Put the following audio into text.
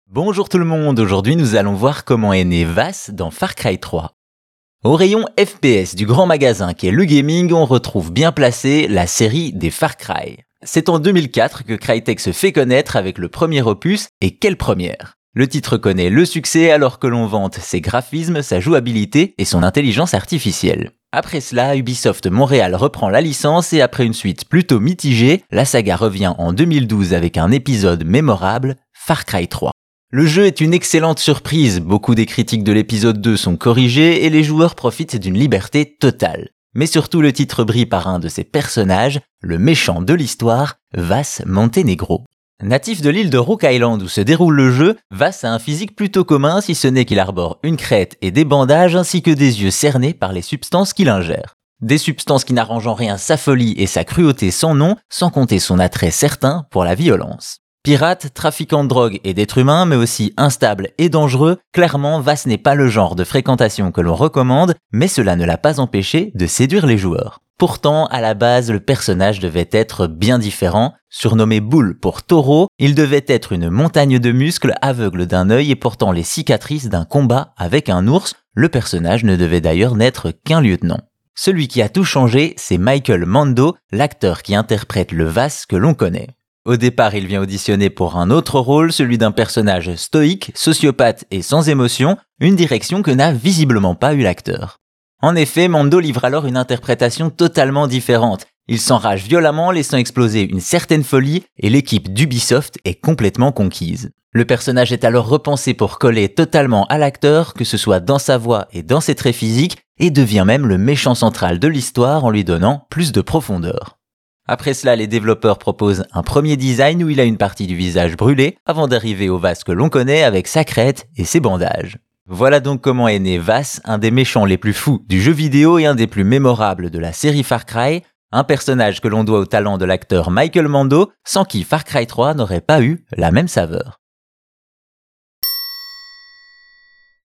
Bonjour tout le monde, aujourd'hui nous allons voir comment est né Vaas dans Far Cry 3. Au rayon FPS du grand magasin qu'est le gaming, on retrouve bien placé la série des Far Cry. C'est en 2004 que Crytek se fait connaître avec le premier opus, et quelle première! Le titre connaît le succès alors que l'on vante ses graphismes, sa jouabilité et son intelligence artificielle. Après cela, Ubisoft Montréal reprend la licence et après une suite plutôt mitigée, la saga revient en 2012 avec un épisode mémorable, Far Cry 3. Le jeu est une excellente surprise, beaucoup des critiques de l'épisode 2 sont corrigées et les joueurs profitent d'une liberté totale. Mais surtout le titre brille par un de ses personnages, le méchant de l'histoire, Vaas Montenegro. Natif de l'île de Rook Island où se déroule le jeu, Vaas a un physique plutôt commun si ce n'est qu'il arbore une crête et des bandages ainsi que des yeux cernés par les substances qu'il ingère. Des substances qui n'arrangent en rien sa folie et sa cruauté sans nom, sans compter son attrait certain pour la violence. Pirate, trafiquant de drogue et d'êtres humains, mais aussi instable et dangereux, clairement Vaas n'est pas le genre de fréquentation que l'on recommande, mais cela ne l'a pas empêché de séduire les joueurs. Pourtant, à la base, le personnage devait être bien différent. Surnommé Boule pour taureau, il devait être une montagne de muscles aveugle d'un œil et portant les cicatrices d'un combat avec un ours. Le personnage ne devait d'ailleurs n'être qu'un lieutenant. Celui qui a tout changé, c'est Michael Mando, l'acteur qui interprète le Vaas que l'on connaît. Au départ, il vient auditionner pour un autre rôle, celui d'un personnage stoïque, sociopathe et sans émotion, une direction que n'a visiblement pas eu l'acteur. En effet, Mando livre alors une interprétation totalement différente. Il s'enrage violemment, laissant exploser une certaine folie, et l'équipe d'Ubisoft est complètement conquise. Le personnage est alors repensé pour coller totalement à l'acteur, que ce soit dans sa voix et dans ses traits physiques, et devient même le méchant central de l'histoire en lui donnant plus de profondeur. Après cela, les développeurs proposent un premier design où il a une partie du visage brûlé, avant d'arriver au Vaas que l'on connaît avec sa crête et ses bandages. Voilà donc comment est né Vaas, un des méchants les plus fous du jeu vidéo et un des plus mémorables de la série Far Cry, un personnage que l'on doit au talent de l'acteur Michael Mando, sans qui Far Cry 3 n'aurait pas eu la même saveur.